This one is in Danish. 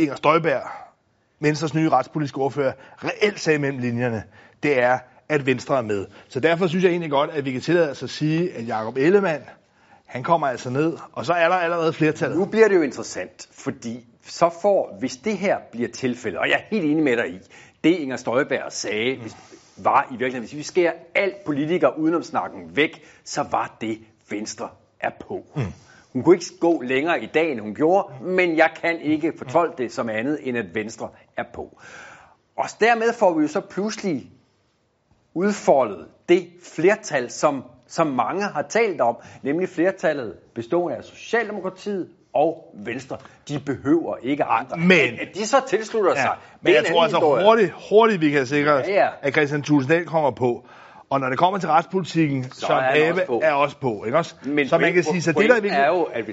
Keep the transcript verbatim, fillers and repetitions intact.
Inger Støjberg, Venstres nye retspolitiske ordfører, reelt sagde mellem linjerne, det er, at Venstre er med. Så derfor synes jeg egentlig godt, at vi kan tillade os at sige, at Jakob Ellemann, han kommer altså ned, og så er der allerede flertallet. Nu bliver det jo interessant, fordi så får, hvis det her bliver tilfældet, og jeg er helt enig med dig i, det Inger Støjberg sagde, hvis, var i virkeligheden, hvis vi skærer alt politikere udenomsnakken væk, så var det Venstre er på. Mm. Hun kunne ikke gå længere i dag, end hun gjorde, men jeg kan ikke fortolke det som andet, end at Venstre er på. Og dermed får vi jo så pludselig udfoldet det flertal, som, som mange har talt om, nemlig flertallet bestående af Socialdemokratiet og Venstre. De behøver ikke andre. Men at de så tilslutter sig. Ja, men jeg tror altså hurtigt, hurtigt, vi kan sikre os, ja, ja. at Kristian Thulesen Dahl kommer på. Og når det kommer til retspolitikken, så, så er Pape er også på, ikke også? Men så man kan sige, så det der er, er jo, at